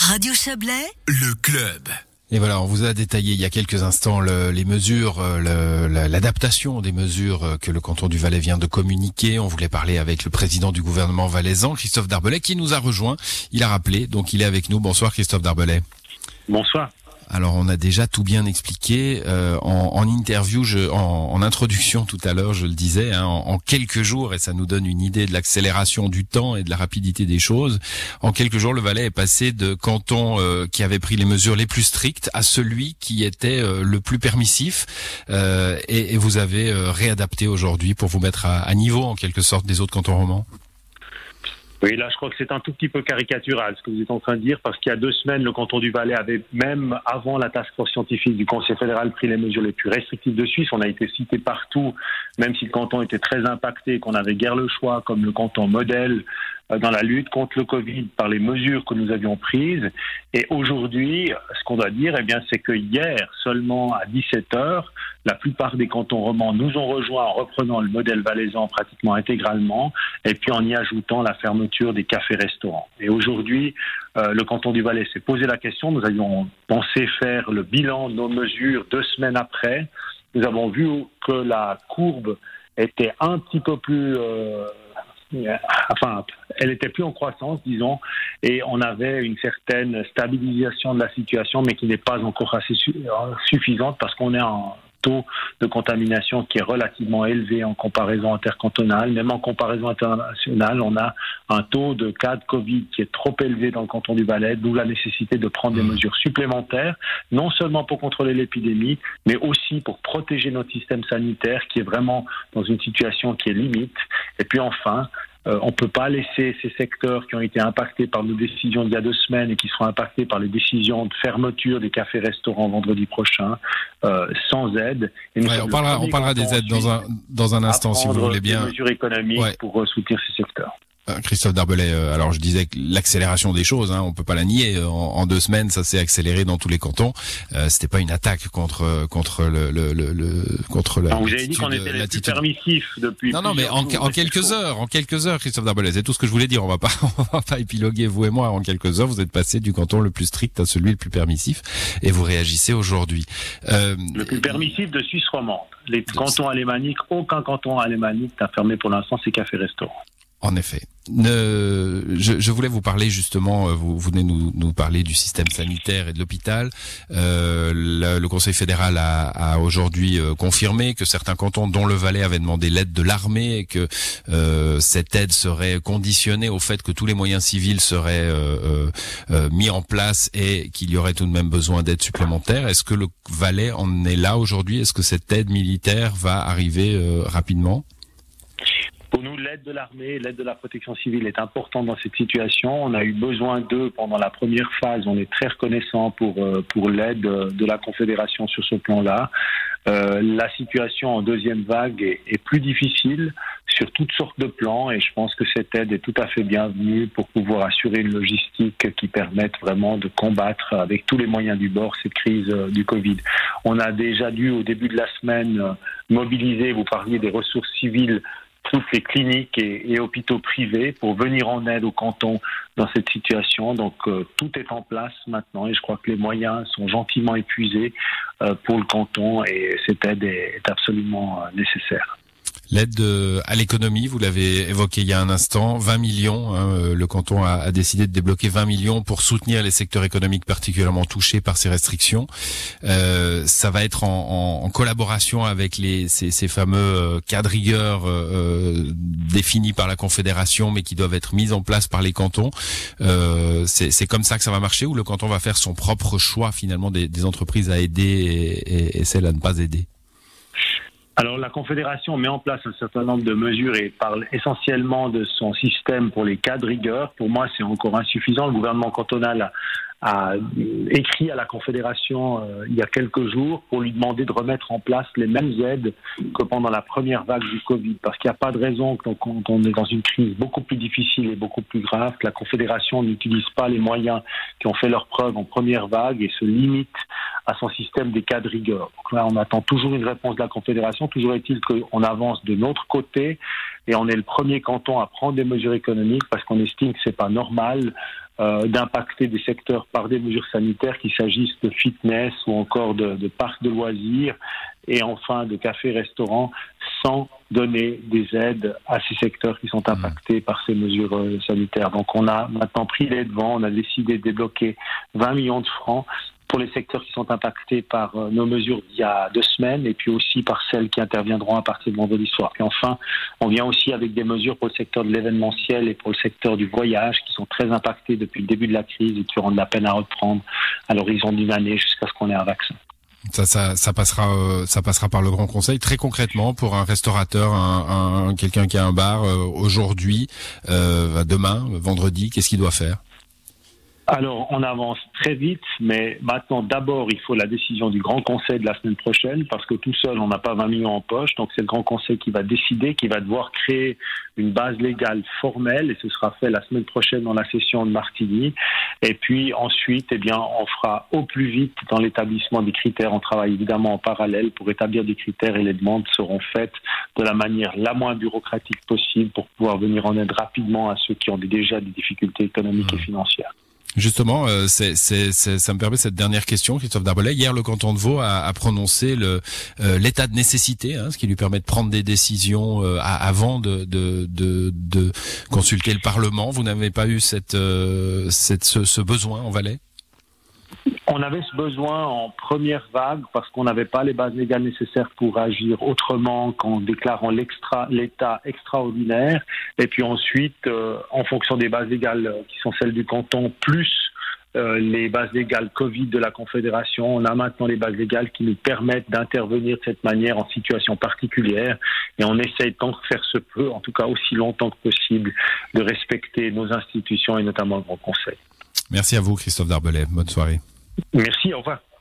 Radio Chablais, le club. Et voilà, on vous a détaillé il y a quelques instants les mesures, l'adaptation des mesures que le canton du Valais vient de communiquer. On voulait parler avec le président du gouvernement valaisan, Christophe Darbelay, qui nous a rejoint. Il a rappelé, donc il est avec nous. Bonsoir Christophe Darbelay. Bonsoir. Alors on a déjà tout bien expliqué en interview, en introduction tout à l'heure, je le disais, en quelques jours, et ça nous donne une idée de l'accélération du temps et de la rapidité des choses. En quelques jours, le Valais est passé de canton qui avait pris les mesures les plus strictes à celui qui était le plus permissif, et vous avez réadapté aujourd'hui pour vous mettre à niveau en quelque sorte des autres cantons romans. Oui, là, je crois que c'est un tout petit peu caricatural ce que vous êtes en train de dire, parce qu'il y a 2 semaines, le canton du Valais avait, même avant la task force scientifique du Conseil fédéral, pris les mesures les plus restrictives de Suisse. On a été cité partout, même si le canton était très impacté, qu'on avait guère le choix, comme le canton modèle, dans la lutte contre le Covid par les mesures que nous avions prises. Et aujourd'hui, ce qu'on doit dire, c'est que hier, seulement à 17h, la plupart des cantons romans nous ont rejoints en reprenant le modèle valaisan pratiquement intégralement, et puis en y ajoutant la fermeture des cafés-restaurants. Et aujourd'hui, le canton du Valais s'est posé la question. Nous avions pensé faire le bilan de nos mesures 2 semaines après. Nous avons vu que la courbe était un petit peu plus... elle était plus en croissance, disons, et on avait une certaine stabilisation de la situation, mais qui n'est pas encore assez suffisante, parce qu'on est en taux de contamination qui est relativement élevé en comparaison intercantonale. Même en comparaison internationale, on a un taux de cas de Covid qui est trop élevé dans le canton du Valais, d'où la nécessité de prendre des mesures supplémentaires, non seulement pour contrôler l'épidémie, mais aussi pour protéger notre système sanitaire qui est vraiment dans une situation qui est limite. Et puis enfin, on ne peut pas laisser ces secteurs qui ont été impactés par nos décisions d'il y a 2 semaines et qui seront impactés par les décisions de fermeture des cafés-restaurants vendredi prochain sans aide. Et on parlera des aides dans un instant, si vous voulez bien. Des mesures économiques pour soutenir ces secteurs. Christophe Darbelay, alors je disais que l'accélération des choses, on peut pas la nier. En 2 semaines, ça s'est accéléré dans tous les cantons. C'était pas une attaque contre la. Vous avez dit qu'on était les plus permissifs depuis. Non, mais en quelques heures, Christophe Darbelay, c'est tout ce que je voulais dire. On va pas épiloguer, vous et moi. En quelques heures, vous êtes passé du canton le plus strict à celui le plus permissif, et vous réagissez aujourd'hui. Le plus permissif de Suisse romande. Les cantons alémaniques, aucun canton alémanique n'a fermé pour l'instant ses cafés-restaurants. En effet. Je voulais vous parler justement, vous venez nous parler du système sanitaire et de l'hôpital. Le Conseil fédéral a aujourd'hui confirmé que certains cantons, dont le Valais, avaient demandé l'aide de l'armée, et que cette aide serait conditionnée au fait que tous les moyens civils seraient mis en place et qu'il y aurait tout de même besoin d'aide supplémentaire. Est-ce que le Valais en est là aujourd'hui? Est-ce que cette aide militaire va arriver rapidement? Pour nous, l'aide de l'armée, l'aide de la protection civile est importante dans cette situation. On a eu besoin d'eux pendant la première phase. On est très reconnaissant pour l'aide de la Confédération sur ce plan-là. La situation en deuxième vague est plus difficile sur toutes sortes de plans, et je pense que cette aide est tout à fait bienvenue pour pouvoir assurer une logistique qui permette vraiment de combattre avec tous les moyens du bord cette crise du Covid. On a déjà dû, au début de la semaine, mobiliser, vous parliez des ressources civiles, toutes les cliniques et hôpitaux privés pour venir en aide au canton dans cette situation. Donc tout est en place maintenant, et je crois que les moyens sont gentiment épuisés pour le canton, et cette aide est absolument nécessaire. L'aide à l'économie, vous l'avez évoqué il y a un instant, 20 millions. Le canton a décidé de débloquer 20 millions pour soutenir les secteurs économiques particulièrement touchés par ces restrictions. Ça va être en collaboration avec ces fameux cas de rigueur définis par la Confédération, mais qui doivent être mis en place par les cantons. C'est comme ça que ça va marcher, ou le canton va faire son propre choix finalement des entreprises à aider et celles à ne pas aider? Alors la Confédération met en place un certain nombre de mesures et parle essentiellement de son système pour les cas de rigueur. Pour moi, c'est encore insuffisant. Le gouvernement cantonal a écrit à la Confédération il y a quelques jours pour lui demander de remettre en place les mêmes aides que pendant la première vague du Covid, parce qu'il n'y a pas de raison que quand on est dans une crise beaucoup plus difficile et beaucoup plus grave, que la Confédération n'utilise pas les moyens qui ont fait leur preuve en première vague et se limite à son système des cas de rigueur. Donc là, on attend toujours une réponse de la Confédération. Toujours est-il qu'on avance de notre côté, et on est le premier canton à prendre des mesures économiques, parce qu'on estime que c'est pas normal d'impacter des secteurs par des mesures sanitaires, qu'il s'agisse de fitness ou encore de parcs de loisirs et enfin de cafés, restaurants, sans donner des aides à ces secteurs qui sont impactés par ces mesures sanitaires. Donc on a maintenant pris les devants, on a décidé de débloquer 20 millions de francs pour les secteurs qui sont impactés par nos mesures d'il y a 2 semaines et puis aussi par celles qui interviendront à partir de vendredi soir. Et enfin, on vient aussi avec des mesures pour le secteur de l'événementiel et pour le secteur du voyage qui sont très impactés depuis le début de la crise et qui auront de la peine à reprendre à l'horizon d'une année jusqu'à ce qu'on ait un vaccin. Ça passera par le Grand Conseil. Très concrètement, pour un restaurateur, quelqu'un qui a un bar aujourd'hui, demain, vendredi, qu'est-ce qu'il doit faire ? Alors, on avance très vite, mais maintenant, d'abord, il faut la décision du Grand Conseil de la semaine prochaine, parce que tout seul, on n'a pas 20 millions en poche. Donc, c'est le Grand Conseil qui va décider, qui va devoir créer une base légale formelle, et ce sera fait la semaine prochaine dans la session de Martigny. Et puis, ensuite, on fera au plus vite dans l'établissement des critères. On travaille évidemment en parallèle pour établir des critères et les demandes seront faites de la manière la moins bureaucratique possible pour pouvoir venir en aide rapidement à ceux qui ont déjà des difficultés économiques et financières. Justement, ça me permet cette dernière question, Christophe Darbelet. Hier, le canton de Vaud a prononcé l'état de nécessité, ce qui lui permet de prendre des décisions avant de consulter le Parlement. Vous n'avez pas eu ce besoin en Valais ? On avait ce besoin en première vague parce qu'on n'avait pas les bases légales nécessaires pour agir autrement qu'en déclarant l'état extraordinaire. Et puis ensuite, en fonction des bases légales qui sont celles du canton, plus les bases légales Covid de la Confédération, on a maintenant les bases légales qui nous permettent d'intervenir de cette manière en situation particulière. Et on essaye tant que faire se peut, en tout cas aussi longtemps que possible, de respecter nos institutions et notamment le Grand Conseil. Merci à vous, Christophe Darbelet. Bonne soirée. Merci, au revoir.